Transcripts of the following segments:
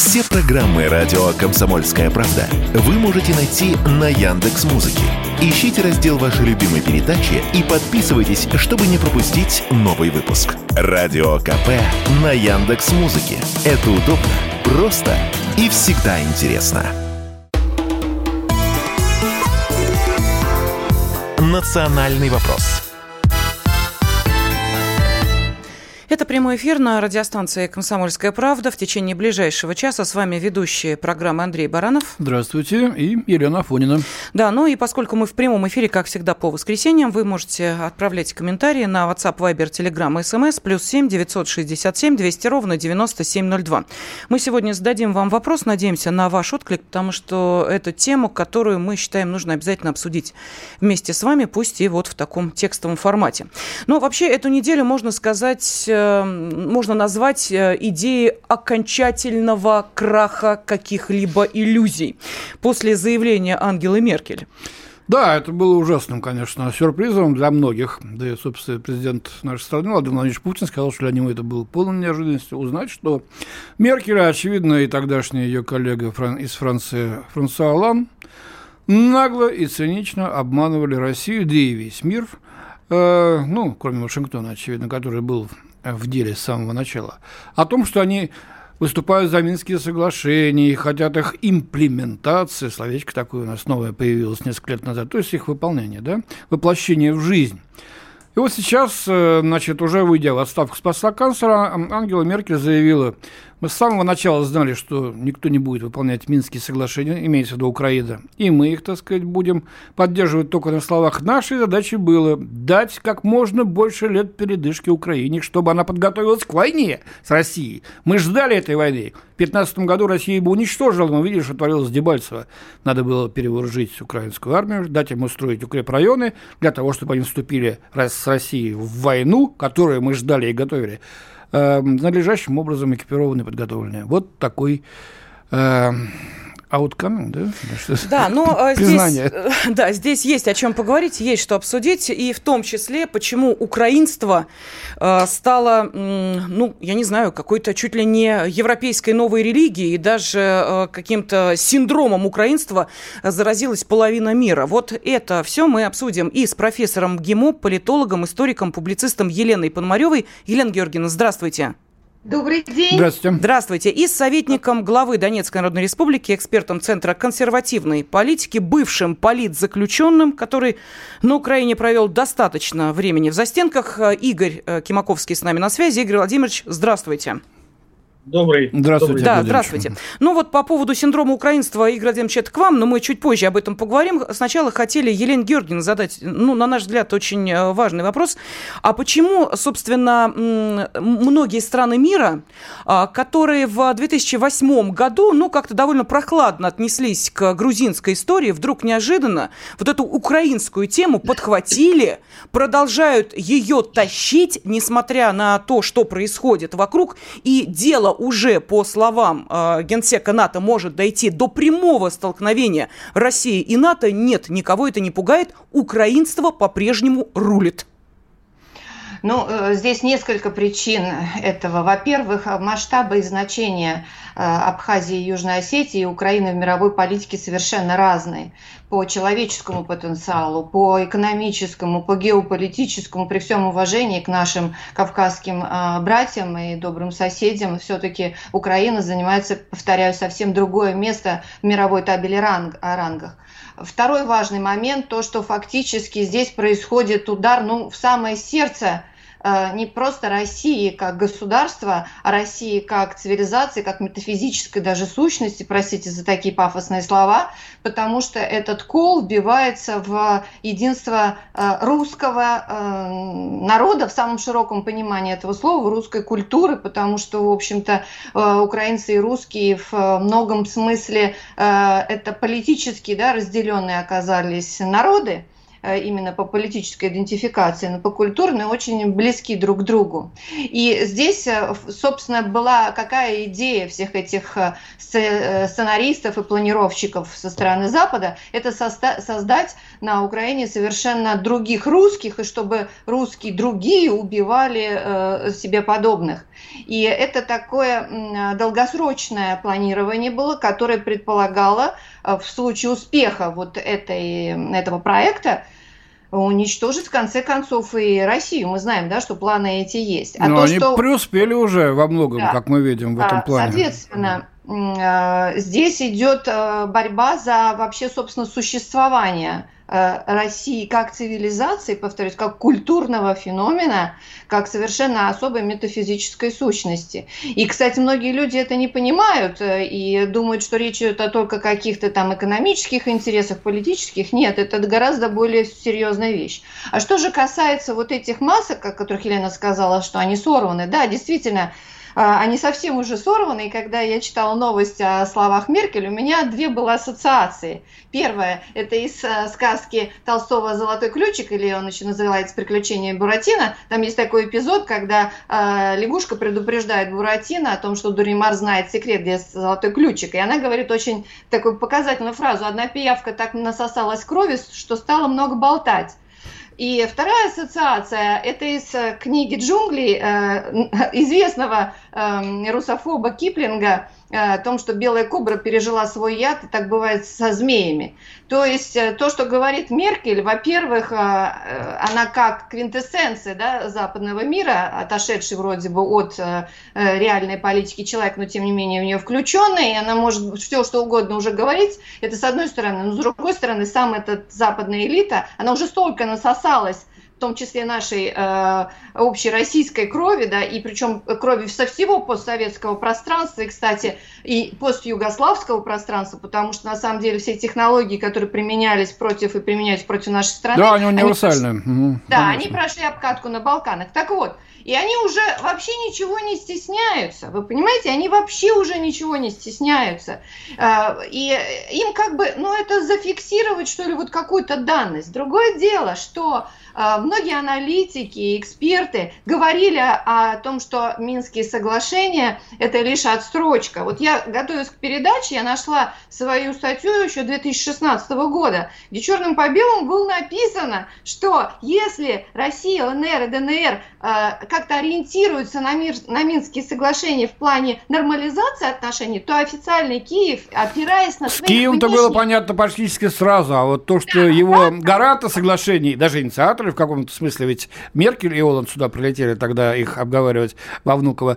Все программы радио «Комсомольская правда» вы можете найти на Яндекс.Музыке. Ищите раздел вашей любимой передачи и подписывайтесь, чтобы не пропустить новый выпуск. Радио КП на Яндекс.Музыке. Это удобно, просто и всегда интересно. Национальный вопрос. Это прямой эфир на радиостанции «Комсомольская правда». В течение ближайшего часа с вами ведущие программы Андрей Баранов. Здравствуйте. И Елена Афонина. Да, ну и поскольку мы в прямом эфире, как всегда, по воскресеньям, вы можете отправлять комментарии на WhatsApp, Viber, Telegram и SMS +7 967 200 ровно 9702. Мы сегодня зададим вам вопрос, надеемся на ваш отклик, потому что это тема, которую мы считаем нужно обязательно обсудить вместе с вами, пусть и вот в таком текстовом формате. Но вообще эту неделю, можно сказать, можно назвать идеей окончательного краха каких-либо иллюзий после заявления Ангелы Меркель. Да, это было ужасным, конечно, сюрпризом для многих. Да и, собственно, президент нашей страны Владимир Владимирович Путин сказал, что для него это было полной неожиданностью узнать, что Меркель, очевидно, и тогдашний ее коллега из Франции Франсуа Олланд нагло и цинично обманывали Россию, да и весь мир, кроме Вашингтона, очевидно, который был в деле с самого начала, о том, что они выступают за Минские соглашения и хотят их имплементации, словечко такое у нас новое появилось несколько лет назад, то есть их выполнение, да, воплощение в жизнь. И вот сейчас, уже выйдя в отставку с поста канцлера, Ангела Меркель заявила: мы с самого начала знали, что никто не будет выполнять Минские соглашения, имеется в виду Украина, и мы их, так сказать, будем поддерживать только на словах. Нашей задачей было дать как можно больше лет передышки Украине, чтобы она подготовилась к войне с Россией. Мы ждали этой войны. В 2015 году Россия бы уничтожила, мы видели, что творилось в Дебальцево. Надо было перевооружить украинскую армию, дать им устроить укрепрайоны для того, чтобы они вступили с Россией в войну, которую мы ждали и готовили, надлежащим образом экипированные, подготовленные. Вот такой outcoming, да? Да, но здесь есть о чем поговорить, есть что обсудить, и в том числе, почему украинство стало, я не знаю, какой-то чуть ли не европейской новой религией, и даже каким-то синдромом украинства заразилась половина мира. Вот это все мы обсудим и с профессором ГИМО, политологом, историком, публицистом Еленой Пономаревой. Елена Георгиевна, здравствуйте. Добрый день. Здравствуйте. Здравствуйте. И с советником главы Донецкой Народной Республики, экспертом Центра консервативной политики, бывшим политзаключенным, который на Украине провел достаточно времени в застенках, Игорь Кимаковский с нами на связи. Игорь Владимирович, здравствуйте. Здравствуйте. Да, здравствуйте. По поводу синдрома украинства, Игорь Владимирович, это к вам, но мы чуть позже об этом поговорим. Сначала хотели Елене Георгиевне задать, на наш взгляд, очень важный вопрос. А почему, собственно, многие страны мира, которые в 2008 году, как-то довольно прохладно отнеслись к грузинской истории, вдруг неожиданно вот эту украинскую тему подхватили, продолжают ее тащить, несмотря на то, что происходит вокруг, и дело уже, по словам генсека НАТО, может дойти до прямого столкновения России и НАТО. Нет, никого это не пугает. Украинство по-прежнему рулит. Здесь несколько причин этого. Во-первых, масштабы и значения Абхазии и Южной Осетии и Украины в мировой политике совершенно разные. По человеческому потенциалу, по экономическому, по геополитическому, при всем уважении к нашим кавказским братьям и добрым соседям, все-таки Украина занимает, повторяю, совсем другое место в мировой табели рангах. Второй важный момент, то, что фактически здесь происходит удар в самое сердце не просто России как государства, а России как цивилизации, как метафизической даже сущности, простите за такие пафосные слова, потому что этот кол вбивается в единство русского народа в самом широком понимании этого слова, русской культуры, потому что, в общем-то, украинцы и русские в многом смысле это политически разделенные оказались народы, именно по политической идентификации, но по культурной очень близки друг к другу. И здесь, собственно, была какая идея всех этих сценаристов и планировщиков со стороны Запада, это создать на Украине совершенно других русских, и чтобы русские другие убивали себе подобных. И это такое долгосрочное планирование было, которое предполагало в случае успеха вот этого проекта уничтожить в конце концов и Россию. Мы знаем, да, что планы эти есть. Но они преуспели уже во многом, да, как мы видим в этом плане. Соответственно, здесь идет борьба за вообще, собственно, существование России как цивилизации, повторюсь, как культурного феномена, как совершенно особой метафизической сущности. И, кстати, многие люди это не понимают и думают, что речь идет только о каких-то там экономических интересах, политических. Нет, это гораздо более серьезная вещь. А что же касается вот этих масок, о которых Елена сказала, что они сорваны, да, действительно, они совсем уже сорваны, и когда я читала новость о словах Меркель, у меня две было ассоциации. Первая – это из сказки Толстого «Золотой ключик», или он еще называется «Приключения Буратино». Там есть такой эпизод, когда лягушка предупреждает Буратино о том, что Дуримар знает секрет, где золотой ключик. И она говорит очень такую показательную фразу: «Одна пиявка так насосалась крови, что стала много болтать». И вторая ассоциация – это из книги «Джунгли» известного русофоба Киплинга о том, что белая кобра пережила свой яд, и так бывает со змеями. То есть то, что говорит Меркель, во-первых, она как квинтэссенция, да, западного мира, отошедший вроде бы от реальной политики человек, но тем не менее в нее включенный, и она может все что угодно уже говорить, это с одной стороны, но с другой стороны, сам эта западная элита, она уже столько насосалась, в том числе нашей общей российской крови, да, и причем крови со всего постсоветского пространства, и, кстати, и постюгославского пространства, потому что, на самом деле, все технологии, которые применялись против и применяются против нашей страны... Да, они универсальны. Они прошли обкатку на Балканах. Так вот, и они уже вообще ничего не стесняются, вы понимаете, они вообще уже ничего не стесняются. И им как бы, это зафиксировать, что ли, вот какую-то данность. Другое дело, что многие аналитики и эксперты говорили о том, что Минские соглашения – это лишь отсрочка. Вот я, готовясь к передаче, я нашла свою статью еще 2016 года, где черным по белому было написано, что если Россия, ЛНР и ДНР как-то ориентируются на Минские соглашения в плане нормализации отношений, то официальный Киев, опираясь на своих... С Киевом-то было понятно практически сразу, а вот то, что его гаранты соглашений, даже инициаторы в каком-то смысле, ведь Меркель и Оланд сюда прилетели тогда их обговаривать во Внуково,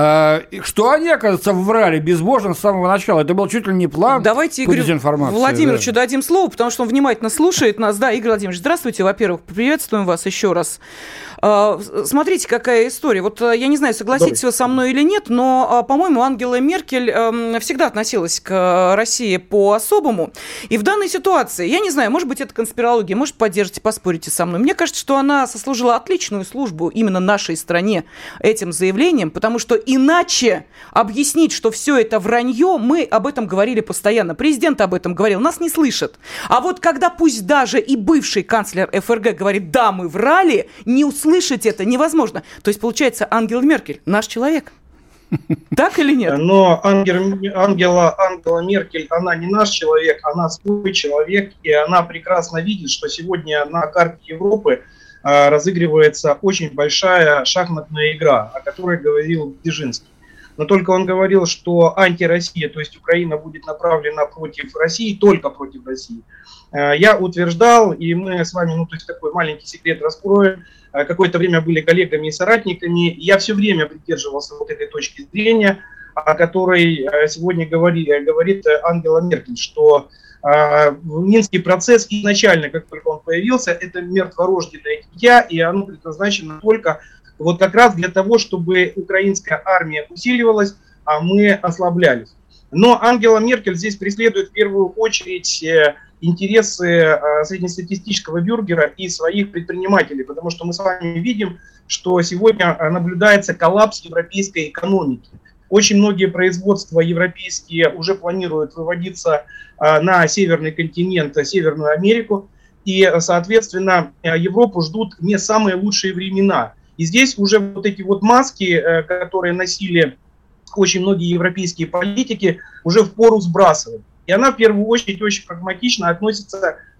что они, оказывается, врали безбожно с самого начала. Это был чуть ли не план. Давайте Игорю Владимировичу дадим слово, потому что он внимательно слушает нас. Да, Игорь Владимирович, здравствуйте. Во-первых, приветствуем вас еще раз. Смотрите, какая история. Вот я не знаю, согласитесь вы со мной или нет, но, по-моему, Ангела Меркель всегда относилась к России по-особому. И в данной ситуации, я не знаю, может быть, это конспирология, может, поддержите, поспорите со мной. Мне кажется, что она сослужила отличную службу именно нашей стране этим заявлением, потому что иначе объяснить, что все это вранье, мы об этом говорили постоянно. Президент об этом говорил, нас не слышат. А вот когда пусть даже и бывший канцлер ФРГ говорит, да, мы врали, не услышать это невозможно. То есть, получается, Ангела Меркель наш человек. Так или нет? Но Ангела Меркель, она не наш человек, она свой человек, и она прекрасно видит, что сегодня на карте Европы разыгрывается очень большая шахматная игра, о которой говорил Дзержинский. Но только он говорил, что антироссия, то есть Украина будет направлена против России, только против России. Я утверждал, и мы с вами, то есть такой маленький секрет раскроем, какое-то время были коллегами и соратниками, я все время придерживался вот этой точки зрения, о которой сегодня говорит Ангела Меркель, что Минский процесс изначально, как только он появился, это мертворожденное дитя, и оно предназначено только вот как раз для того, чтобы украинская армия усиливалась, а мы ослаблялись. Но Ангела Меркель здесь преследует в первую очередь интересы среднестатистического бюргера и своих предпринимателей, потому что мы с вами видим, что сегодня наблюдается коллапс европейской экономики. Очень многие производства европейские уже планируют выводиться на северный континент, Северную Америку, и, соответственно, Европу ждут не самые лучшие времена. И здесь уже вот эти вот маски, которые носили очень многие европейские политики, уже впору сбрасывают. И она в первую очередь очень прагматично относится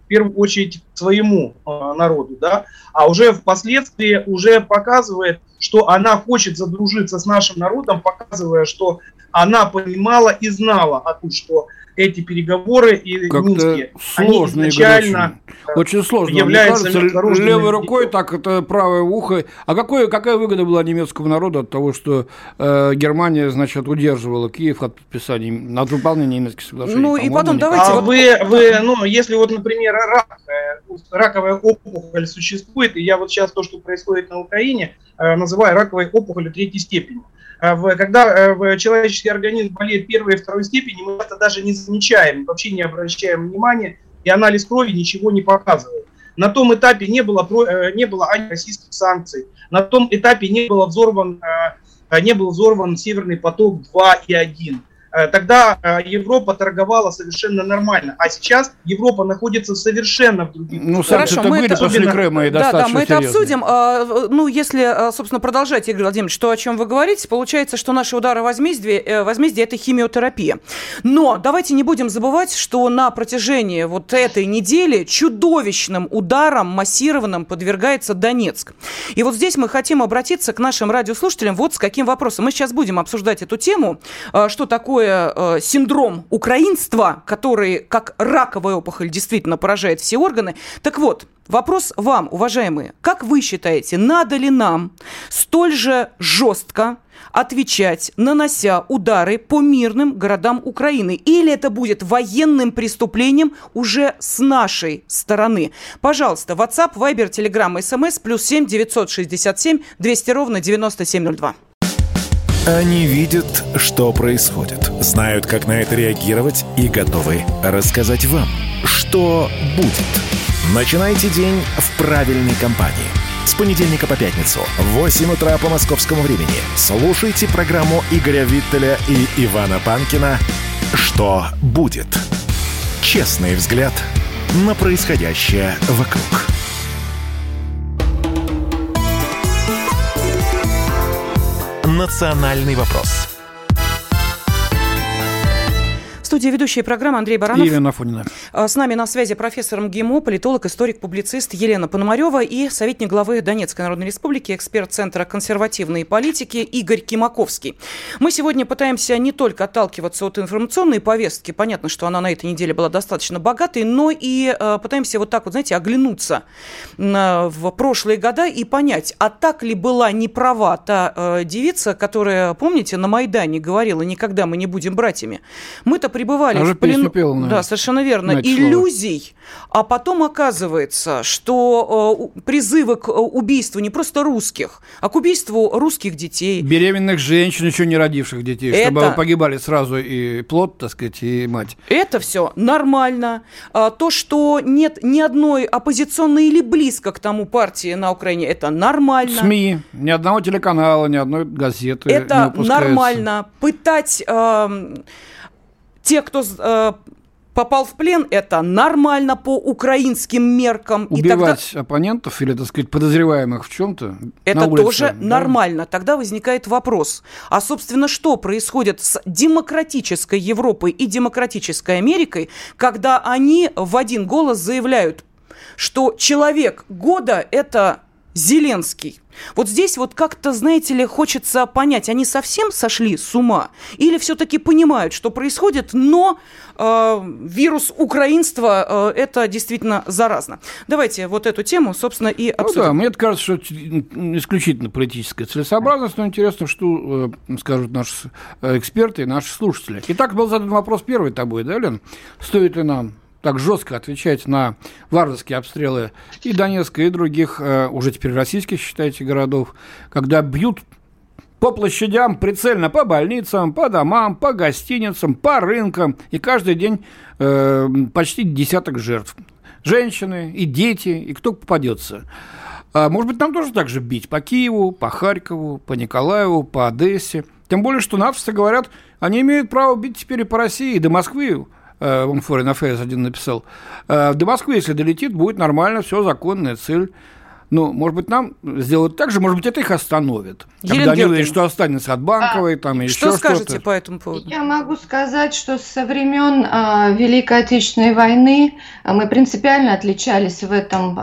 в первую очередь к своему народу, да, а уже впоследствии уже показывает, что она хочет задружиться с нашим народом, показывая, что она понимала и знала о том, что эти переговоры и Минские, они изначально очень сложно. являются международными. Левой рукой, так это правое ухо. А какая выгода была немецкому народу от того, что Германия, значит, удерживала Киев от подписания, от выполнения немецких соглашений? Ну и потом давайте... если вот, например, раковая опухоль существует, и я вот сейчас то, что происходит на Украине, называю раковой опухолью третьей степени. Когда человеческий организм болеет первой и второй степени, мы это даже не замечаем, вообще не обращаем внимания, и анализ крови ничего не показывает. На том этапе не было антироссийских санкций, на том этапе не был взорван Северный поток-2 и 1. Тогда Европа торговала совершенно нормально, а сейчас Европа находится совершенно в других... Ну, хорошо, мы это после Крыма и достаточно мы это обсудим. Ну, если, собственно, продолжать, Игорь Владимирович, то, о чем вы говорите, получается, что наши удары возмездия – это химиотерапия. Но давайте не будем забывать, что на протяжении вот этой недели чудовищным ударом массированным подвергается Донецк. И вот здесь мы хотим обратиться к нашим радиослушателям вот с каким вопросом. Мы сейчас будем обсуждать эту тему, что такое синдром украинства, который, как раковая опухоль, действительно поражает все органы. Так вот, вопрос вам, уважаемые. Как вы считаете, надо ли нам столь же жестко отвечать, нанося удары по мирным городам Украины? Или это будет военным преступлением уже с нашей стороны? Пожалуйста, WhatsApp, Viber, Telegram, SMS, +7 967 200 ровно 9702. Они видят, что происходит, знают, как на это реагировать и готовы рассказать вам, что будет. Начинайте день в правильной компании. С понедельника по пятницу в 8 утра по московскому времени слушайте программу Игоря Виттеля и Ивана Панкина «Что будет?». Честный взгляд на происходящее вокруг. «Национальный вопрос». В студии ведущая программы Андрей Баранов. И Елена Афонина. С нами на связи профессор МГИМО, политолог, историк, публицист Елена Пономарёва и советник главы Донецкой Народной Республики, эксперт Центра консервативной политики Игорь Кимаковский. Мы сегодня пытаемся не только отталкиваться от информационной повестки, понятно, что она на этой неделе была достаточно богатой, но и пытаемся вот так вот, знаете, оглянуться в прошлые года и понять, а так ли была не права та девица, которая, помните, на Майдане говорила: «Никогда мы не будем братьями». Мы-то пребывали в плену, да, совершенно верно, иллюзий, а потом оказывается, что призывы к убийству не просто русских, а к убийству русских детей. Беременных женщин, еще не родивших детей, чтобы погибали сразу и плод, так сказать, и мать. Это все нормально. То, что нет ни одной оппозиционной или близко к тому партии на Украине, это нормально. СМИ, ни одного телеканала, ни одной газеты это не нормально. Пытать... Те, кто попал в плен, это нормально по украинским меркам. Убивать оппонентов или, так сказать, подозреваемых в чем-то это тоже нормально. Тогда возникает вопрос, а, собственно, что происходит с демократической Европой и демократической Америкой, когда они в один голос заявляют, что человек года – это Зеленский. Вот здесь вот как-то, знаете ли, хочется понять, они совсем сошли с ума или все-таки понимают, что происходит, но вирус украинства это действительно заразно. Давайте вот эту тему, собственно, и обсудим. Ну да, мне кажется, что это исключительно политическая целесообразность, но интересно, что скажут наши эксперты и наши слушатели. Итак, был задан вопрос первый тобой, да, Лен? Стоит ли нам так жестко отвечать на варварские обстрелы и Донецка, и других, уже теперь российских, считайте, городов, когда бьют по площадям прицельно, по больницам, по домам, по гостиницам, по рынкам, и каждый день почти десяток жертв. Женщины и дети, и кто попадется. Может быть, нам тоже так же бить по Киеву, по Харькову, по Николаеву, по Одессе. Тем более, что нацисты говорят, они имеют право бить теперь и по России, и до Москвы. Foreign Affairs один написал. До Москвы, если долетит, будет нормально, все законная цель. Ну, может быть, нам сделают так же, может быть, это их остановит. Елена Когда они Георгиевна, увидят, что останется от Банковой, там и еще что-то. Что скажете по этому поводу? Я могу сказать, что со времен Великой Отечественной войны мы принципиально отличались в этом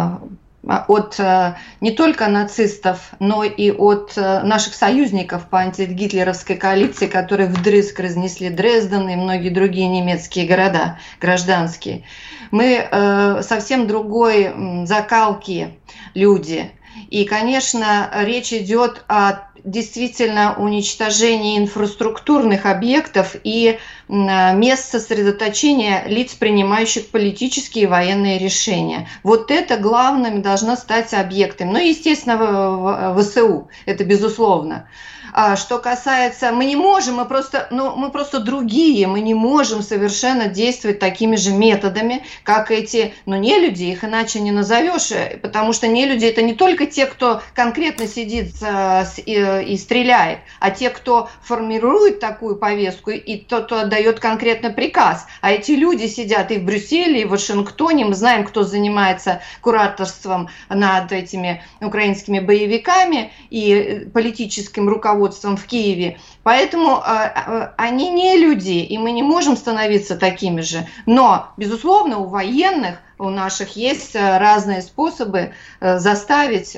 от не только нацистов, но и от наших союзников по антигитлеровской коалиции, которые вдрызг разнесли Дрезден и многие другие немецкие города гражданские. Мы совсем другой закалки люди. И, конечно, речь идет о действительно уничтожении инфраструктурных объектов и мест сосредоточения лиц, принимающих политические и военные решения. Вот это главным должно стать объектом. Ну, естественно, ВСУ, это безусловно. Что касается, мы не можем, мы просто другие, мы не можем совершенно действовать такими же методами, как эти, нелюди, их иначе не назовешь, потому что нелюди это не только те, кто конкретно сидит и стреляет, а те, кто формирует такую повестку и тот, кто отдает конкретно приказ. А эти люди сидят и в Брюсселе, и в Вашингтоне, мы знаем, кто занимается кураторством над этими украинскими боевиками и политическим руководством в Киеве. Поэтому они не люди, и мы не можем становиться такими же. Но, безусловно, у военных, у наших есть разные способы заставить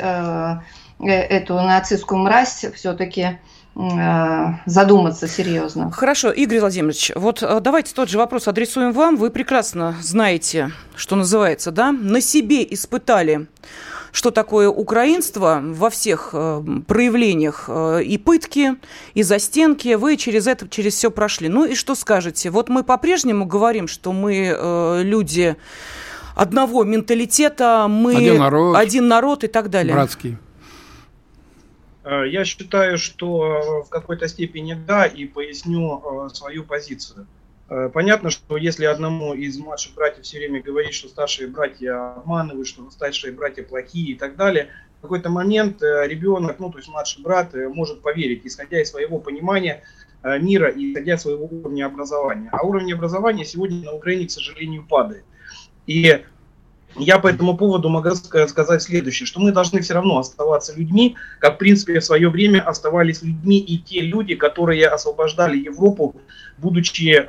эту нацистскую мразь все-таки задуматься серьезно. Хорошо, Игорь Владимирович, вот давайте тот же вопрос адресуем вам. Вы прекрасно знаете, что называется, да? На себе испытали, что такое украинство во всех проявлениях, и пытки, и застенки. Вы через все прошли. Ну и что скажете? Вот мы по-прежнему говорим, что мы люди одного менталитета, мы один народ и так далее. Братский. Я считаю, что в какой-то степени да, и поясню свою позицию. Понятно, что если одному из младших братьев все время говорить, что старшие братья обманывают, что старшие братья плохие и так далее, в какой-то момент ребенок, то есть младший брат, может поверить, исходя из своего понимания мира и исходя из своего уровня образования. А уровень образования сегодня на Украине, к сожалению, падает. И я по этому поводу могу сказать следующее, что мы должны все равно оставаться людьми, как в принципе в свое время оставались людьми и те люди, которые освобождали Европу, будучи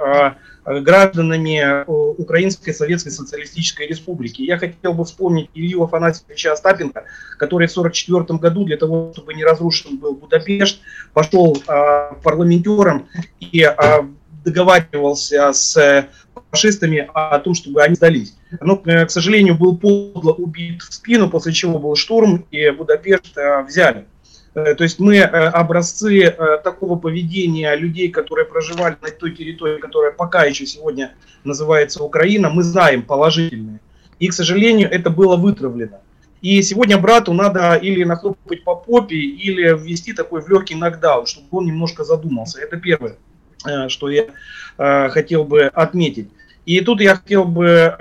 гражданами Украинской Советской Социалистической Республики. Я хотел бы вспомнить Илью Афанасьевича Остапенко, который в 1944 году для того, чтобы не разрушен был Будапешт, пошел парламентером и договаривался с фашистами о том, чтобы они сдались. Но, к сожалению, был подло убит в спину, после чего был штурм, и Будапешт взяли. То есть мы образцы такого поведения людей, которые проживали на той территории, которая пока еще сегодня называется Украина, мы знаем положительные. И, к сожалению, это было вытравлено. И сегодня брату надо или нахлопать по попе, или ввести такой в легкий нокдаун, чтобы он немножко задумался. Это первое, что я хотел бы отметить. И тут я хотел бы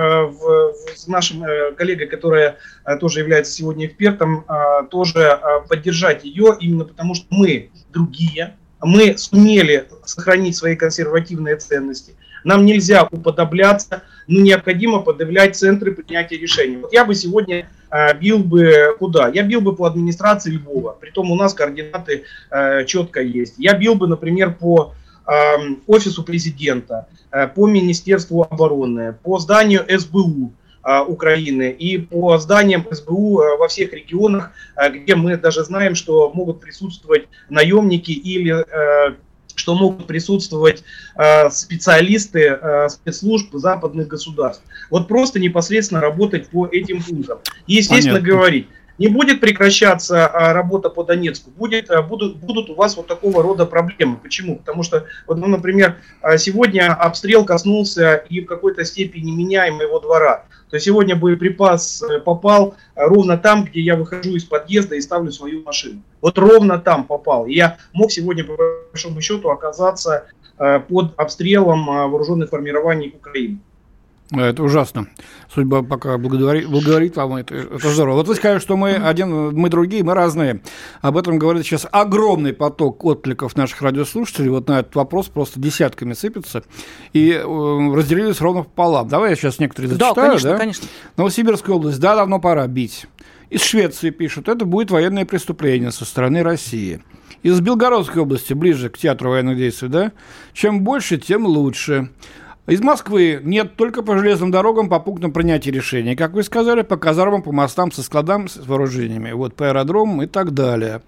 с нашим коллегой, которая тоже является сегодня экспертом, тоже поддержать ее, именно потому что мы другие, мы сумели сохранить свои консервативные ценности. Нам нельзя уподобляться, но необходимо подавлять центры принятия решений. Вот я бы сегодня бил бы куда? Я бил бы по администрации Львова, притом у нас координаты четко есть. Я бил бы, например, по офису президента, по Министерству обороны, по зданию СБУ Украины и по зданиям СБУ во всех регионах, где мы даже знаем, что могут присутствовать наемники или что могут присутствовать специалисты спецслужб западных государств. Вот просто непосредственно работать по этим пунктам. И, естественно, говорить. Не будет прекращаться работа по Донецку, будут у вас вот такого рода проблемы. Почему? Потому что, вот, например, сегодня обстрел коснулся и в какой-то степени меня и моего двора. То есть сегодня боеприпас попал ровно там, где я выхожу из подъезда и ставлю свою машину. Вот ровно там попал. И я мог сегодня, по большому счету, оказаться под обстрелом вооруженных формирований Украины. Это ужасно. Судьба пока благодарит вам, это здорово. Вот вы сказали, что мы другие, мы разные. Об этом говорит сейчас огромный поток откликов наших радиослушателей. Вот на этот вопрос просто десятками сыпется. И разделились ровно пополам. Давай я сейчас некоторые зачитаю. Да, конечно. Новосибирская область. Да, давно пора бить. Из Швеции пишут, это будет военное преступление со стороны России. Из Белгородской области, ближе к театру военных действий, да? Чем больше, тем лучше. Из Москвы нет, только по железным дорогам, по пунктам принятия решений. Как вы сказали, по казармам, по мостам, со складам, с вооружениями. Вот, по аэродромам и так далее.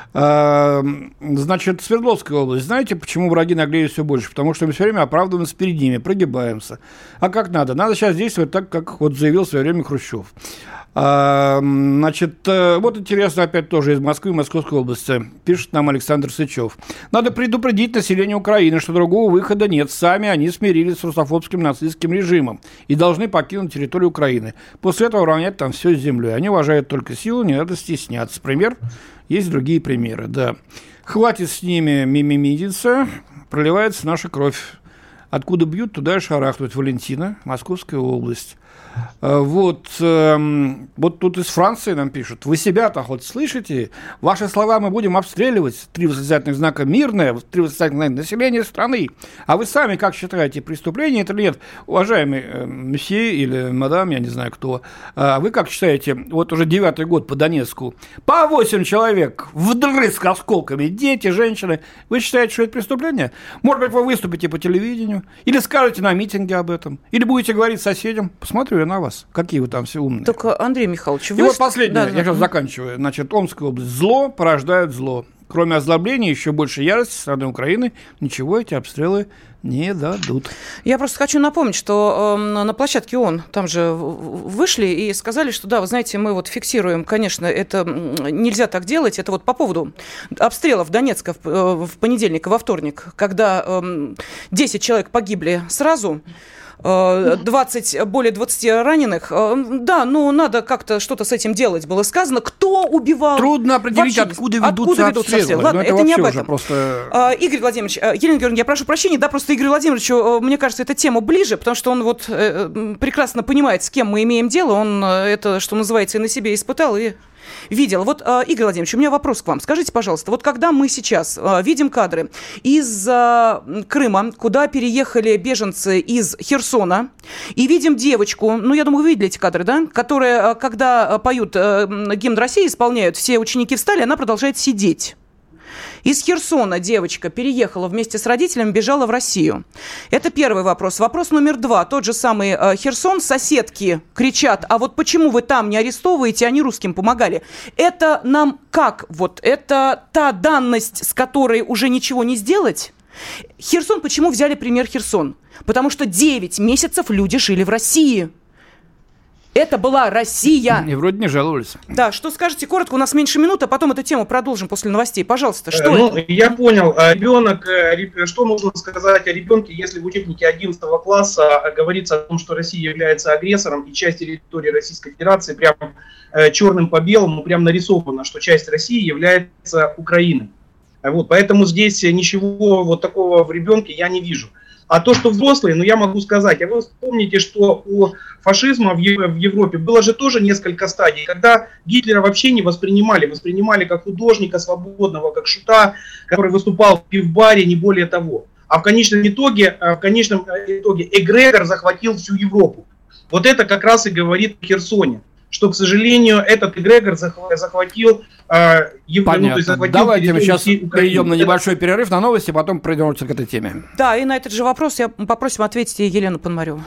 Значит, Свердловская область. Знаете, почему враги наглеют все больше? Потому что мы все время оправдываемся перед ними, прогибаемся. А как надо? Надо сейчас действовать так, как вот заявил в свое время Хрущев. Значит, вот интересно, опять тоже из Москвы, Московской области, пишет нам Александр Сычев. Надо предупредить население Украины, что другого выхода нет. Сами они смирились с русофобским нацистским режимом и должны покинуть территорию Украины. После этого равнять там все с землей. Они уважают только силу, не надо стесняться. Пример? Есть другие примеры, да. Хватит с ними мимимидиться, проливается наша кровь. Откуда бьют, туда и шарахнуть. Валентина, Московская область. Вот тут из Франции нам пишут. Вы себя-то хоть слышите? Ваши слова мы будем обстреливать. 3 восклицательных знака мирное, 3 восклицательных знака населения страны. А вы сами как считаете, преступление это или нет? Уважаемый месье или мадам, я не знаю кто, вы как считаете, вот уже 9-й год по Донецку, по 8 человек вдрызг осколками, дети, женщины. Вы считаете, что это преступление? Может быть, вы выступите по телевидению? Или скажете на митинге об этом? Или будете говорить соседям? Посмотрю я на вас. Какие вы там все умные. Только, Андрей Михайлович, вы... И вот последнее, я сейчас заканчиваю. Значит, Омская область. Зло порождает зло. Кроме озлобления, еще больше ярости со стороны Украины, ничего эти обстрелы не дадут. Я просто хочу напомнить, что на площадке ООН там же вышли и сказали, что да, вы знаете, мы вот фиксируем, конечно, это нельзя так делать, это вот по поводу обстрелов Донецка в понедельник и во вторник, когда 10 человек погибли сразу, 20, более 20 раненых. Да, ну надо как-то что-то с этим делать, было сказано. Кто убивал? Трудно определить, вообще, откуда ведутся обстрелы. Ладно, это не об этом. Просто... Игорь Владимирович, Елена Георгиевна, я прошу прощения, да, просто Игорю Владимировичу, мне кажется, эта тема ближе, потому что он вот прекрасно понимает, с кем мы имеем дело, он это, что называется, и на себе испытал, и видел. Вот, Игорь Владимирович, у меня вопрос к вам. Скажите, пожалуйста, вот когда мы сейчас видим кадры из Крыма, куда переехали беженцы из Херсона, и видим девочку, ну, я думаю, вы видели эти кадры, да, которая, когда поют гимн России, исполняют, все ученики встали, она продолжает сидеть. Из Херсона девочка переехала вместе с родителями, бежала в Россию. Это первый вопрос. Вопрос номер 2. Тот же самый Херсон. Соседки кричат, а вот почему вы там не арестовываете, они русским помогали? Это нам как? Вот это та данность, с которой уже ничего не сделать? Херсон, почему взяли пример Херсон? Потому что 9 месяцев люди жили в России. Это была Россия. И вроде не жаловались. Да, что скажете коротко? У нас меньше минуты, а потом эту тему продолжим после новостей. Пожалуйста, что это? Я понял. Ребенок, что нужно сказать о ребенке, если в учебнике 11 класса говорится о том, что Россия является агрессором, и часть территории Российской Федерации прям черным по белому прям нарисовано, что часть России является Украиной. Вот, поэтому здесь ничего вот такого в ребенке я не вижу. А то, что взрослые, ну я могу сказать, а вы вспомните, что у фашизма в Европе было же тоже несколько стадий, когда Гитлера вообще не воспринимали как художника свободного, как шута, который выступал в пивбаре, не более того. А в конечном итоге эгрегор захватил всю Европу. Вот это как раз и говорит о Херсоне, что, к сожалению, этот эгрегор захватил Европу. Понятно. Захватил. Давайте мы сейчас перейдем на небольшой перерыв, на новости, потом пройдем к этой теме. Да, и на этот же вопрос я попросим ответить Елену Пономареву.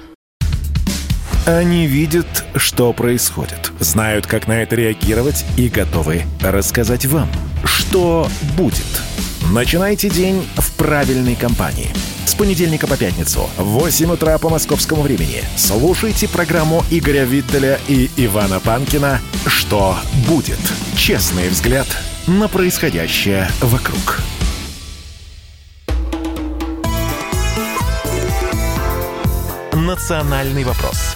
Они видят, что происходит, знают, как на это реагировать и готовы рассказать вам, что будет. Начинайте день в правильной компании. С понедельника по пятницу в 8 утра по московскому времени слушайте программу Игоря Виттеля и Ивана Панкина «Что будет?». Честный взгляд на происходящее вокруг. Национальный вопрос.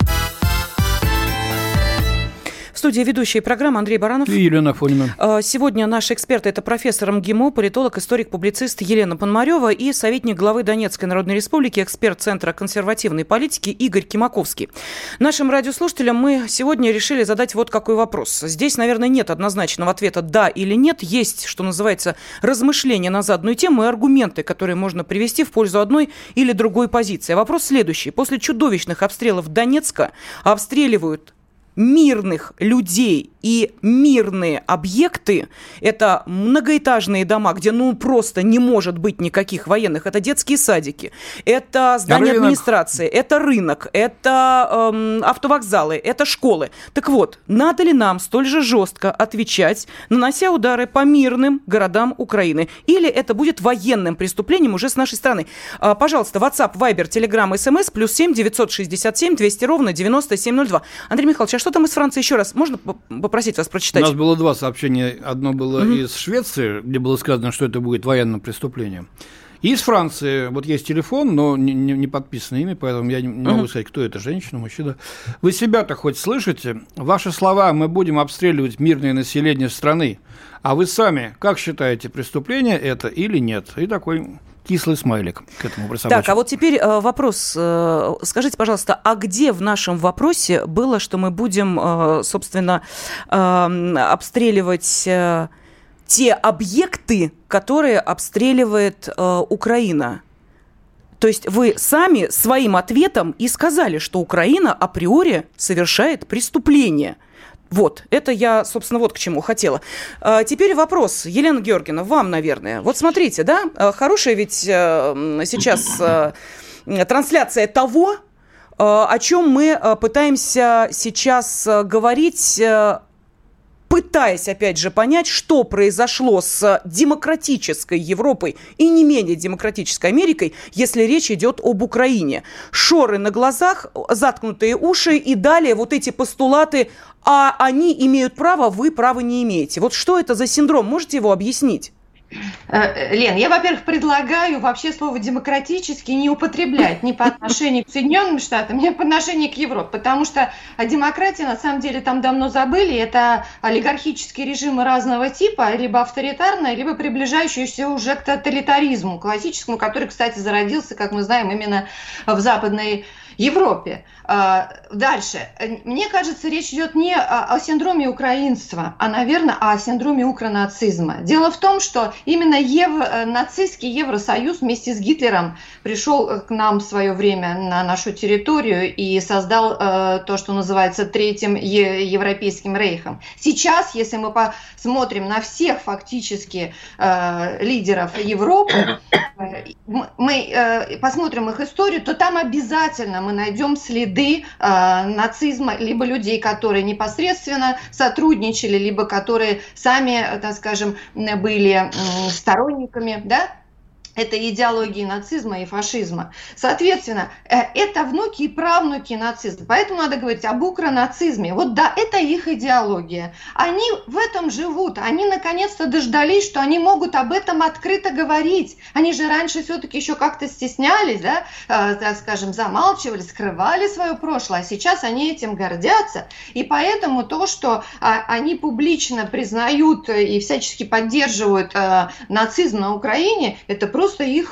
В студии ведущая программы Андрей Баранов. И Елена Афонина. Сегодня наши эксперты – это профессор МГИМО, политолог, историк, публицист Елена Пономарева и советник главы Донецкой Народной Республики, эксперт Центра консервативной политики Игорь Кимаковский. Нашим радиослушателям мы сегодня решили задать вот какой вопрос. Здесь, наверное, нет однозначного ответа «да» или «нет». Есть, что называется, размышления на заданную тему и аргументы, которые можно привести в пользу одной или другой позиции. Вопрос следующий. После чудовищных обстрелов Донецка обстреливают мирных людей и мирные объекты, это многоэтажные дома, где просто не может быть никаких военных, это детские садики, это здание администрации, это рынок, это автовокзалы, это школы. Так вот, надо ли нам столь же жестко отвечать, нанося удары по мирным городам Украины? Или это будет военным преступлением уже с нашей стороны? Пожалуйста, WhatsApp, Viber, Telegram, SMS, +7 967 200 ровно 9702. Андрей Михайлович, а что там из Франции еще раз? Можно попросить вас прочитать? У нас было два сообщения. Одно было из Швеции, где было сказано, что это будет военным преступлением. И из Франции. Вот есть телефон, но не подписано имя, поэтому я не могу сказать, кто это, женщина, мужчина. Вы себя-то хоть слышите? Ваши слова: мы будем обстреливать мирное население страны. А вы сами как считаете, преступление это или нет? И такой кислый смайлик к этому присобачен. Так, а вот теперь вопрос. Скажите, пожалуйста, а где в нашем вопросе было, что мы будем, собственно, обстреливать те объекты, которые обстреливает Украина? То есть вы сами своим ответом и сказали, что Украина априори совершает преступление. Вот, это я, собственно, вот к чему хотела. Теперь вопрос, Елена Георгиевна, вам, наверное. Вот смотрите, да, хорошая ведь сейчас трансляция того, о чем мы пытаемся сейчас говорить, пытаясь, опять же, понять, что произошло с демократической Европой и не менее демократической Америкой, если речь идет об Украине. Шоры на глазах, заткнутые уши и далее вот эти постулаты: а они имеют право, вы права не имеете. Вот что это за синдром? Можете его объяснить? Лен, я, во-первых, предлагаю вообще слово «демократически» не употреблять ни по отношению к Соединенным Штатам, ни по отношению к Европе, потому что о демократии, на самом деле, там давно забыли. Это олигархические режимы разного типа, либо авторитарные, либо приближающиеся уже к тоталитаризму классическому, который, кстати, зародился, как мы знаем, именно в Западной Европе. Дальше. Мне кажется, речь идет не о синдроме украинства, а, наверное, о синдроме укронацизма. Дело в том, что именно нацистский Евросоюз вместе с Гитлером пришел к нам в свое время на нашу территорию и создал то, что называется Третьим Европейским Рейхом. Сейчас, если мы посмотрим на всех фактически лидеров Европы, мы посмотрим их историю, то там обязательно мы найдем следы нацизма, либо людей, которые непосредственно сотрудничали, либо которые сами, так скажем, были сторонниками, да, этой идеологии нацизма и фашизма. Соответственно, это внуки и правнуки нацизма. Поэтому надо говорить об укронацизме. Вот да, это их идеология. Они в этом живут. Они наконец-то дождались, что они могут об этом открыто говорить. Они же раньше все-таки еще как-то стеснялись, да, так скажем, замалчивали, скрывали свое прошлое. А сейчас они этим гордятся. И поэтому то, что они публично признают и всячески поддерживают нацизм на Украине, это просто их,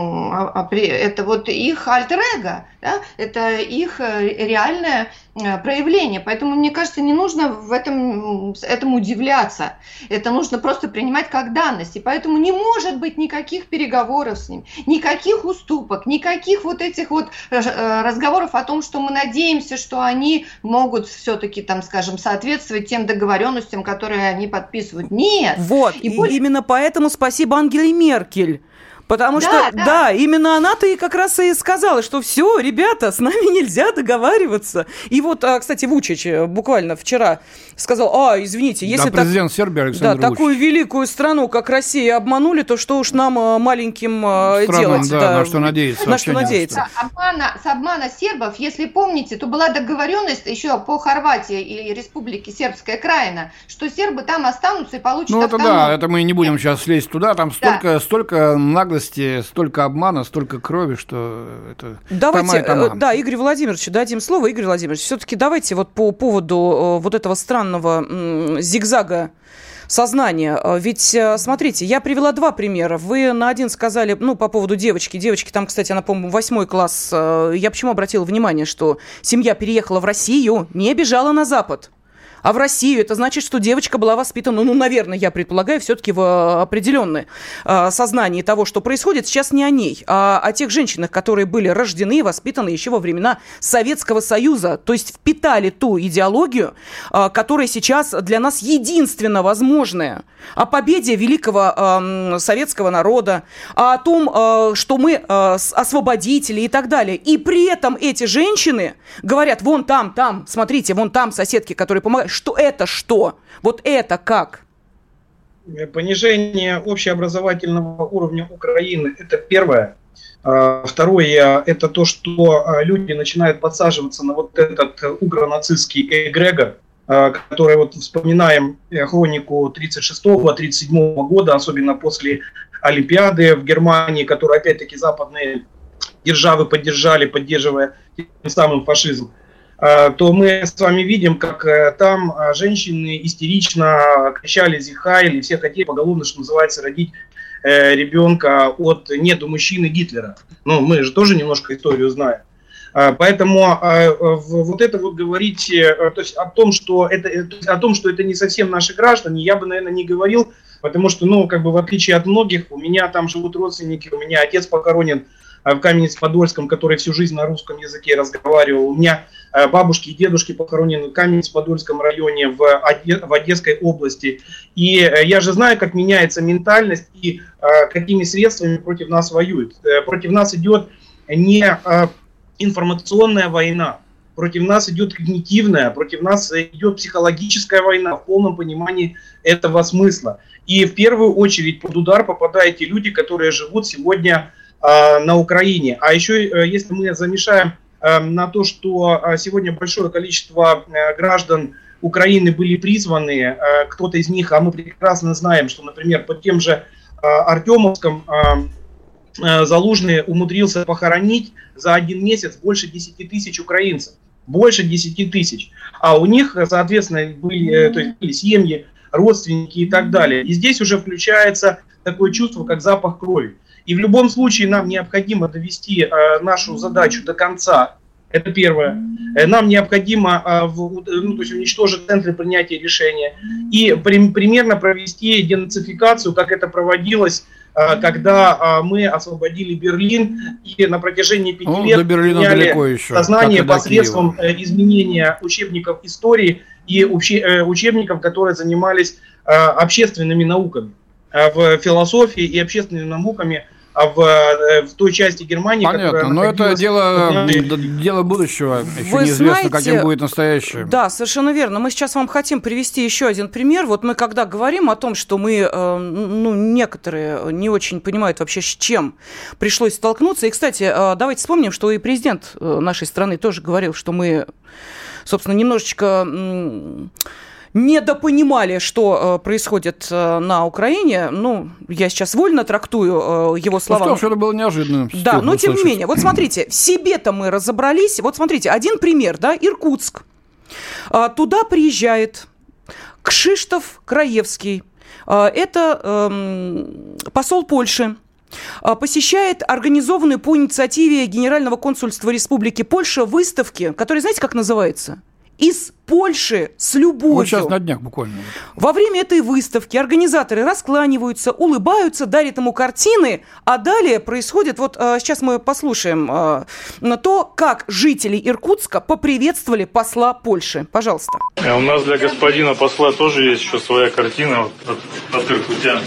это вот их альтер-эго, да? Это их реальное проявление. Поэтому, мне кажется, не нужно этому удивляться. Это нужно просто принимать как данность. И поэтому не может быть никаких переговоров с ним, никаких уступок, никаких вот этих вот разговоров о том, что мы надеемся, что они могут все-таки, там, скажем, соответствовать тем договоренностям, которые они подписывают. Нет. Вот. И именно поэтому спасибо Ангеле Меркель. Потому что, да, именно она-то и как раз и сказала, что все, ребята, с нами нельзя договариваться. И вот, кстати, Вучич буквально вчера сказал: извините, если президент Сербии Александр Вучич. Такую великую страну, как Россия, обманули, то что уж нам маленьким делать? Да, на что надеяться. На что надеяться. С обмана сербов, если помните, то была договоренность еще по Хорватии и Республике Сербская Краина, что сербы там останутся и получат автономию. Да, это мы не будем сейчас лезть туда, там столько наглости, столько обмана, столько крови, что это... Давайте, да, Игорь Владимирович, дадим слово. Игорь Владимирович, все-таки давайте вот по поводу вот этого странного зигзага сознания. Ведь, смотрите, я привела два примера. Вы на один сказали, по поводу девочки. Девочки там, кстати, она, по-моему, 8 класс. Я почему обратила внимание, что семья переехала в Россию, не бежала на Запад. А в Россию это значит, что девочка была воспитана, наверное, я предполагаю, все-таки в определенном сознании того, что происходит. Сейчас не о ней, а о тех женщинах, которые были рождены и воспитаны еще во времена Советского Союза. То есть впитали ту идеологию, которая сейчас для нас единственно возможная. О победе великого советского народа, о том, что мы освободители и так далее. И при этом эти женщины говорят, вон там, смотрите, вон там соседки, которые помогают. Что это что? Вот это как? Понижение общеобразовательного уровня Украины – это первое. Второе – это то, что люди начинают подсаживаться на вот этот угро-нацистский эгрегор, который, вот вспоминаем хронику 1936-1937 года, особенно после Олимпиады в Германии, которую опять-таки западные державы поддерживая тем самым фашизм, то мы с вами видим, как там женщины истерично кричали, зихали, все хотели поголовно, что называется, родить ребенка от недомужчины Гитлера. Ну, мы же тоже немножко историю знаем. Поэтому вот это вот говорить, то есть о том, что это не совсем наши граждане, я бы, наверное, не говорил, потому что, в отличие от многих, у меня там живут родственники, у меня отец похоронен в Каменец-Подольском, который всю жизнь на русском языке разговаривал. У меня бабушки и дедушки похоронены в Каменец-Подольском районе в Одесской области. И я же знаю, как меняется ментальность и какими средствами против нас воюют. Против нас идет не информационная война, против нас идет когнитивная, против нас идет психологическая война в полном понимании этого смысла. И в первую очередь под удар попадают те люди, которые живут сегодня на Украине. А еще, если мы замешаем на то, что сегодня большое количество граждан Украины были призваны, кто-то из них, а мы прекрасно знаем, что, например, под тем же Артемовском Залужный умудрился похоронить за один месяц больше 10 тысяч украинцев. Больше 10 тысяч. А у них, соответственно, были семьи, родственники и так далее. И здесь уже включается такое чувство, как запах крови. И в любом случае нам необходимо довести нашу задачу до конца. Это первое. Нам необходимо уничтожить центры принятия решения и примерно провести денацификацию, как это проводилось, когда мы освободили Берлин и на протяжении 5 лет меняли сознание посредством изменения учебников истории и учебников, которые занимались общественными науками, в философии и общественными науками в той части Германии. Понятно, но это дело будущего. Еще Вы неизвестно, знаете, каким будет настоящее. Да, совершенно верно. Мы сейчас вам хотим привести еще один пример. Вот мы когда говорим о том, что мы, некоторые не очень понимают вообще, с чем пришлось столкнуться. И, кстати, давайте вспомним, что и президент нашей страны тоже говорил, что мы, собственно, немножечко недопонимали, что происходит на Украине. Я сейчас вольно трактую его слова. Потому что это было неожиданно. Да, но тем не менее. Вот смотрите, в себе-то мы разобрались. Вот смотрите, один пример, да, Иркутск. Туда приезжает Кшиштоф Краевский. Это посол Польши. Посещает организованную по инициативе Генерального консульства Республики Польша выставки, которая, знаете, как называется? Из Польши с любовью. Вот сейчас на днях буквально. Во время этой выставки организаторы раскланиваются, улыбаются, дарят ему картины, а далее происходит, вот сейчас мы послушаем то, как жители Иркутска поприветствовали посла Польши. Пожалуйста. У нас для господина посла тоже есть еще своя картина от иркутян.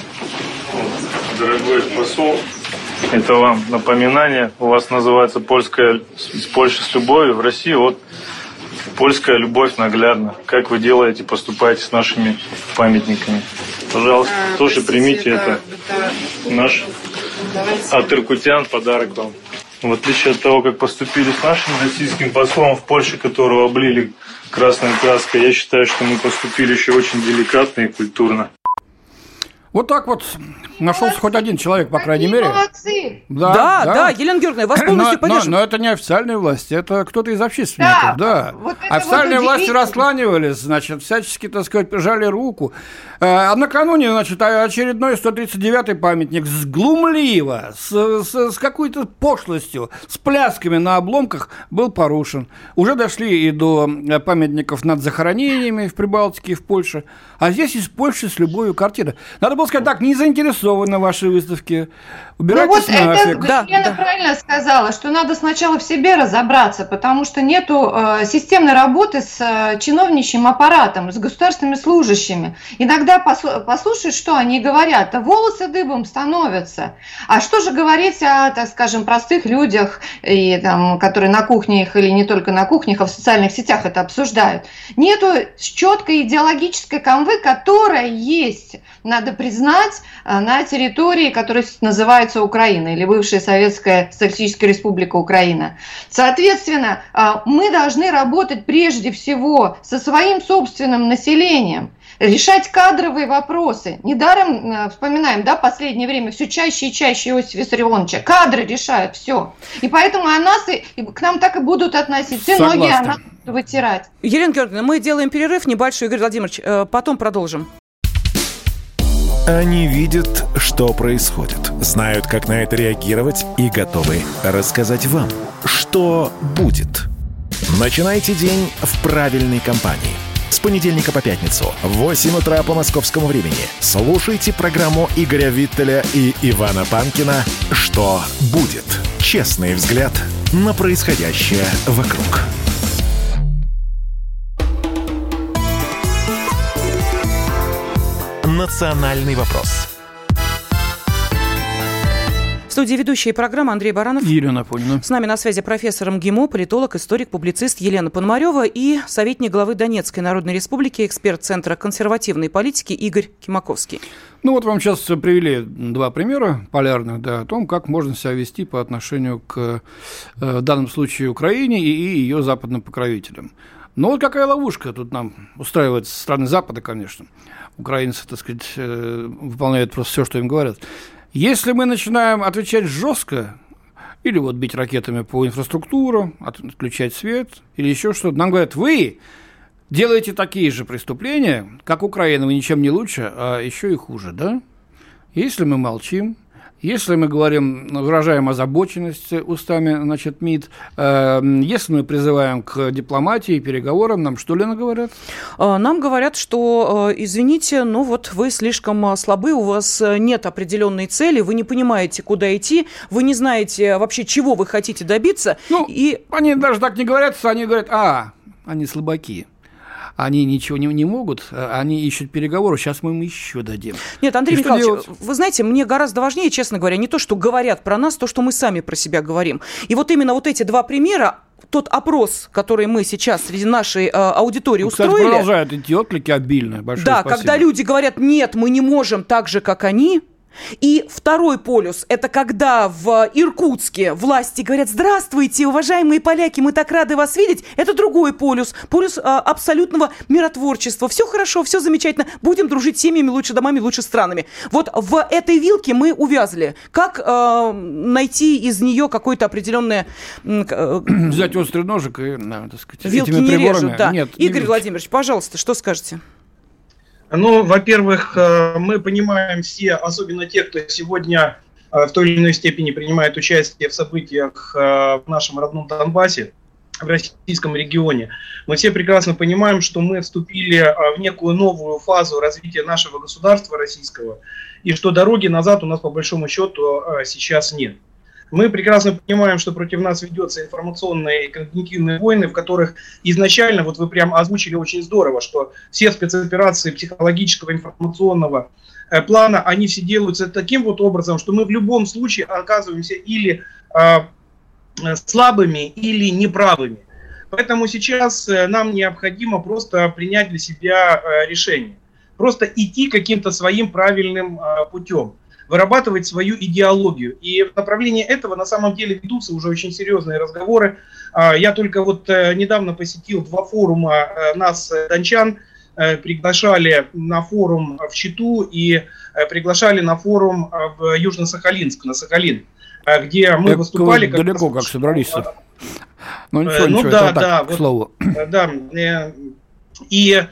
Дорогой посол, это вам напоминание. У вас называется «Польская с Польши с любовью». В России вот польская любовь наглядно. Как вы делаете, поступаете с нашими памятниками. Пожалуйста, тоже примите это. Наш от иркутян подарок вам. В отличие от того, как поступили с нашим российским послом в Польше, которого облили красной краской, я считаю, что мы поступили еще очень деликатно и культурно. Вот так вот нашелся хоть один человек, по крайней мере. Молодцы! Да, Елена Георгиевна, вас полностью поддерживаю. Но это не официальные власти, это кто-то из общественников, да. Вот официальные вот власти раскланивались, значит, всячески, так сказать, прижали руку. А накануне, значит, очередной 139-й памятник глумливо, с какой-то пошлостью, с плясками на обломках был порушен. Уже дошли и до памятников над захоронениями в Прибалтике и в Польше. А здесь из Польши с любовью картина. Надо было сказать, так, не заинтересованы в вашей выставке. Убирайтесь нафиг. Елена правильно сказала, что надо сначала в себе разобраться, потому что нету системной работы с чиновничьим аппаратом, с государственными служащими. Иногда послушать, что они говорят, а волосы дыбом становятся. А что же говорить о, так скажем, простых людях, и, там, которые на кухнях или не только на кухнях, а в социальных сетях это обсуждают? Нету четкой идеологической канвы, которая есть, надо признать, на территории, которая называется Украина или бывшая Советская Социалистическая Республика Украина. Соответственно, мы должны работать прежде всего со своим собственным населением, решать кадровые вопросы. Недаром вспоминаем, да, в последнее время все чаще и чаще Иосифа Виссарионовича. Кадры решают все. И поэтому о нас и к нам так и будут относиться. Все ноги о нас вытирать. Елена Георгиевна, мы делаем перерыв небольшой, Игорь Владимирович, потом продолжим. Они видят, что происходит, знают, как на это реагировать и готовы рассказать вам, что будет. Начинайте день в правильной компании. С понедельника по пятницу в 8 утра по московскому времени слушайте программу Игоря Виттеля и Ивана Панкина «Что будет?». Честный взгляд на происходящее вокруг. «Национальный вопрос». В студии ведущая программы Андрей Баранов. Елена Польна. С нами на связи профессор МГИМО, политолог, историк, публицист Елена Пономарева и советник главы Донецкой Народной Республики, эксперт Центра консервативной политики Игорь Кимаковский. Ну вот вам сейчас привели два примера полярных, да, о том, как можно себя вести по отношению к, в данном случае, Украине и ее западным покровителям. Но вот какая ловушка тут нам устраивает со стороны Запада, конечно. Украинцы, так сказать, выполняют просто все, что им говорят. Если мы начинаем отвечать жестко, или вот бить ракетами по инфраструктуре, отключать свет, или еще что-то, нам говорят, вы делаете такие же преступления, как Украина, вы ничем не лучше, а еще и хуже, да? Если мы молчим, если мы говорим, выражаем озабоченность устами, значит, МИД, если мы призываем к дипломатии и переговорам, нам что, Лена, говорят? Нам говорят, что, извините, ну вот вы слишком слабы, у вас нет определенной цели, вы не понимаете, куда идти, вы не знаете вообще, чего вы хотите добиться. Ну, и они даже так не говорят, они говорят, они слабаки. Они ничего не могут, они ищут переговоры, сейчас мы им еще дадим. Нет, Андрей Михайлович, вы знаете, мне гораздо важнее, честно говоря, не то, что говорят про нас, то, что мы сами про себя говорим. И вот именно вот эти два примера, тот опрос, который мы сейчас среди нашей аудитории устроили... Кстати, продолжают идти отклики обильно, большое спасибо. Да, когда люди говорят, нет, мы не можем так же, как они... И второй полюс – это когда в Иркутске власти говорят: здравствуйте, уважаемые поляки, мы так рады вас видеть. Это другой полюс, полюс абсолютного миротворчества. Все хорошо, все замечательно, будем дружить с семьями, лучше домами, лучше странами. Вот в этой вилке мы увязли. Как найти из нее какое-то определенное... Взять острый ножик и, так сказать, вилки этими не приборами. режут, да. Нет, Игорь Владимирович, пожалуйста, что скажете? Ну, во-первых, мы понимаем все, особенно те, кто сегодня в той или иной степени принимает участие в событиях в нашем родном Донбассе, в российском регионе. Мы все прекрасно понимаем, что мы вступили в некую новую фазу развития нашего государства российского, и что дороги назад у нас по большому счету сейчас нет. Мы прекрасно понимаем, что против нас ведется информационные и когнитивные войны, в которых изначально, вот вы прям озвучили очень здорово, что все спецоперации психологического информационного плана, они все делаются таким вот образом, что мы в любом случае оказываемся или слабыми, или неправыми. Поэтому сейчас нам необходимо просто принять для себя решение. Просто идти каким-то своим правильным путем. Вырабатывать свою идеологию. И в направлении этого на самом деле ведутся уже очень серьезные разговоры. Я только вот недавно посетил 2 форума нас, дончан, приглашали на форум в Читу и приглашали на форум в Южно-Сахалинск, на Сахалин, где мы выступали. Далеко как собрались. Ну, ничего, да, это так, к слову. Да, и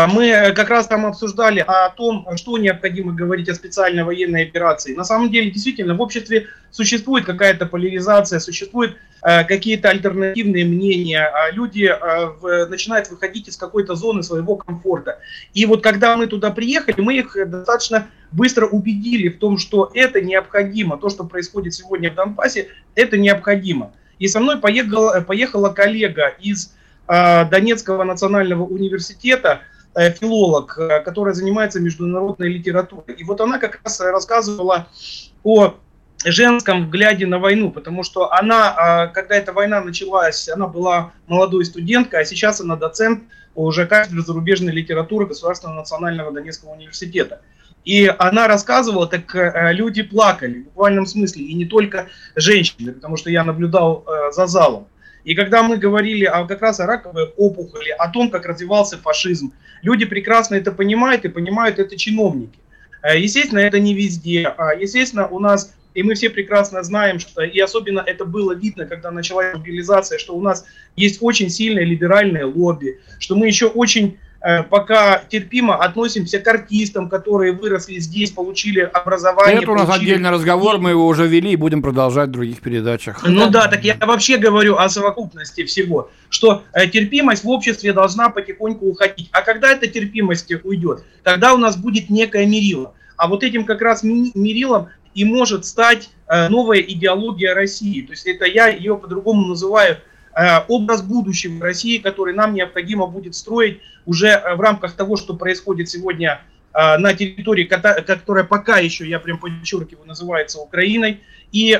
мы как раз там обсуждали о том, что необходимо говорить о специальной военной операции. На самом деле, действительно, в обществе существует какая-то поляризация, существуют какие-то альтернативные мнения, люди начинают выходить из какой-то зоны своего комфорта. И вот когда мы туда приехали, мы их достаточно быстро убедили в том, что это необходимо, то, что происходит сегодня в Донбассе, это необходимо. И со мной поехала коллега из Донецкого национального университета, филолог, которая занимается международной литературой. И вот она как раз рассказывала о женском взгляде на войну, потому что она, когда эта война началась, она была молодой студенткой, а сейчас она доцент уже кафедры зарубежной литературы Государственного национального Донецкого университета. И она рассказывала, так люди плакали, в буквальном смысле, и не только женщины, потому что я наблюдал за залом. И когда мы говорили как раз о раковой опухоли, о том, как развивался фашизм, люди прекрасно это понимают, и понимают это чиновники. Естественно, это не везде. Естественно, у нас, и мы все прекрасно знаем, что, и особенно это было видно, когда началась мобилизация, что у нас есть очень сильное либеральное лобби, что мы еще очень пока терпимо относимся к артистам, которые выросли здесь, получили образование. Это у нас отдельный разговор, мы его уже вели и будем продолжать в других передачах. Ну да, так я вообще говорю о совокупности всего, что терпимость в обществе должна потихоньку уходить. А когда эта терпимость уйдет, тогда у нас будет некое мерило. А вот этим как раз мерилом и может стать новая идеология России. То есть это я ее по-другому называю образ будущего России, который нам необходимо будет строить уже в рамках того, что происходит сегодня на территории, которая пока еще, я прям подчеркиваю, называется Украиной. И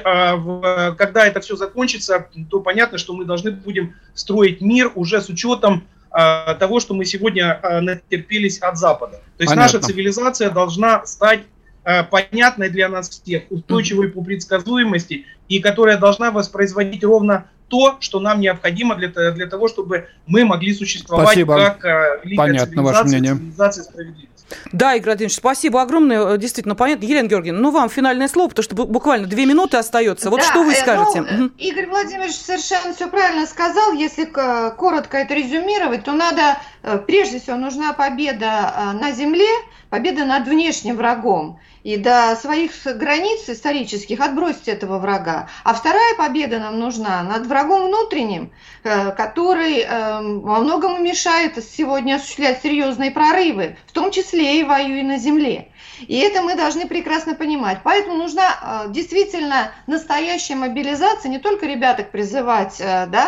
когда это все закончится, то понятно, что мы должны будем строить мир уже с учетом того, что мы сегодня натерпелись от Запада. То есть наша цивилизация должна стать понятной для нас всех, устойчивой по предсказуемости, и которая должна воспроизводить ровно то, что нам необходимо для того, чтобы мы могли существовать. Спасибо. Как великая цивилизация справедливости. Да, Игорь Владимирович, спасибо огромное. Действительно понятно. Елена Георгиевна, ну вам финальное слово, потому что буквально 2 минуты остается. Вот да, что вы скажете? Игорь Владимирович совершенно все правильно сказал. Если коротко это резюмировать, то надо, прежде всего, нужна победа на земле, победа над внешним врагом. И до своих границ исторических отбросить этого врага. А вторая победа нам нужна над врагом внутренним, который во многом мешает сегодня осуществлять серьезные прорывы, в том числе и воюя на земле. И это мы должны прекрасно понимать. Поэтому нужна действительно настоящая мобилизация, не только ребяток призывать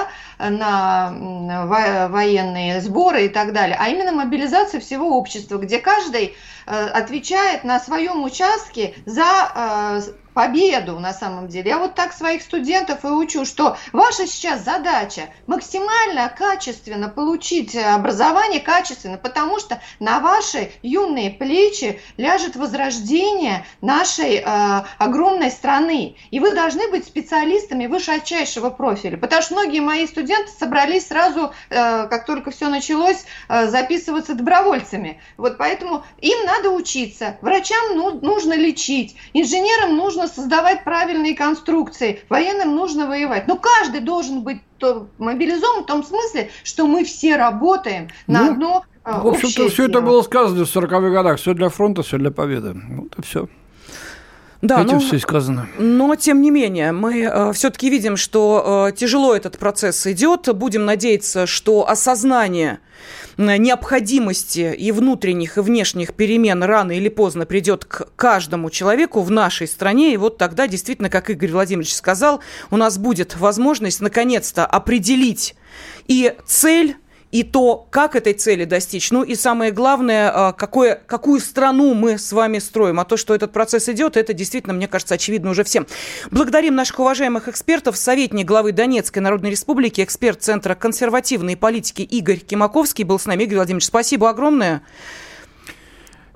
на военные сборы и так далее, а именно мобилизация всего общества, где каждый отвечает на своем участке за победу на самом деле. Я вот так своих студентов и учу, что ваша сейчас задача максимально качественно получить образование, качественно, потому что на ваши юные плечи ляжет возрождение нашей огромной страны. И вы должны быть специалистами высочайшего профиля, потому что многие мои студенты собрались сразу, как только все началось, записываться добровольцами. Вот поэтому им надо учиться, врачам нужно лечить, инженерам нужно создавать правильные конструкции, военным нужно воевать. Но каждый должен быть мобилизован в том смысле, что мы все работаем на одно общее. В общем-то, все это было сказано в 40-х годах. Все для фронта, все для победы. Вот и все. Да, этим все и сказано. Но, тем не менее, мы все-таки видим, что тяжело этот процесс идет. Будем надеяться, что осознание необходимости и внутренних, и внешних перемен рано или поздно придет к каждому человеку в нашей стране. И вот тогда, действительно, как Игорь Владимирович сказал, у нас будет возможность наконец-то определить и цель, и то, как этой цели достичь. Ну и самое главное, какую страну мы с вами строим. А то, что этот процесс идет, это действительно, мне кажется, очевидно уже всем. Благодарим наших уважаемых экспертов. Советник главы Донецкой Народной Республики, эксперт Центра консервативной политики Игорь Кимаковский был с нами. Игорь Владимирович, спасибо огромное.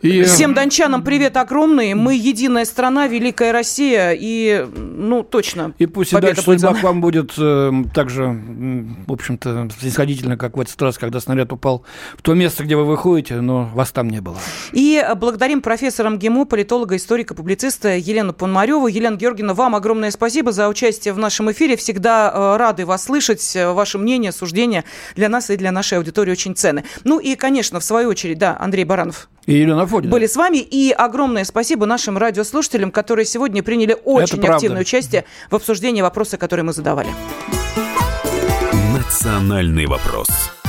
Всем дончанам привет огромный. Мы единая страна, великая Россия. И, точно, и пусть и дальше судьба к вам будет так же, в общем-то, снисходительно, как в этот раз, когда снаряд упал в то место, где вы выходите, но вас там не было. И благодарим профессора МГИМО, политолога, историка, публициста Елену Пономареву. Елена Георгиевна, вам огромное спасибо за участие в нашем эфире. Всегда рады вас слышать. Ваше мнение, суждения для нас и для нашей аудитории очень ценны. И, конечно, в свою очередь, Андрей Баранов. И Елена Фодина были с вами. И огромное спасибо нашим радиослушателям, которые сегодня приняли очень активное участие в обсуждении вопроса, которые мы задавали. Национальный вопрос.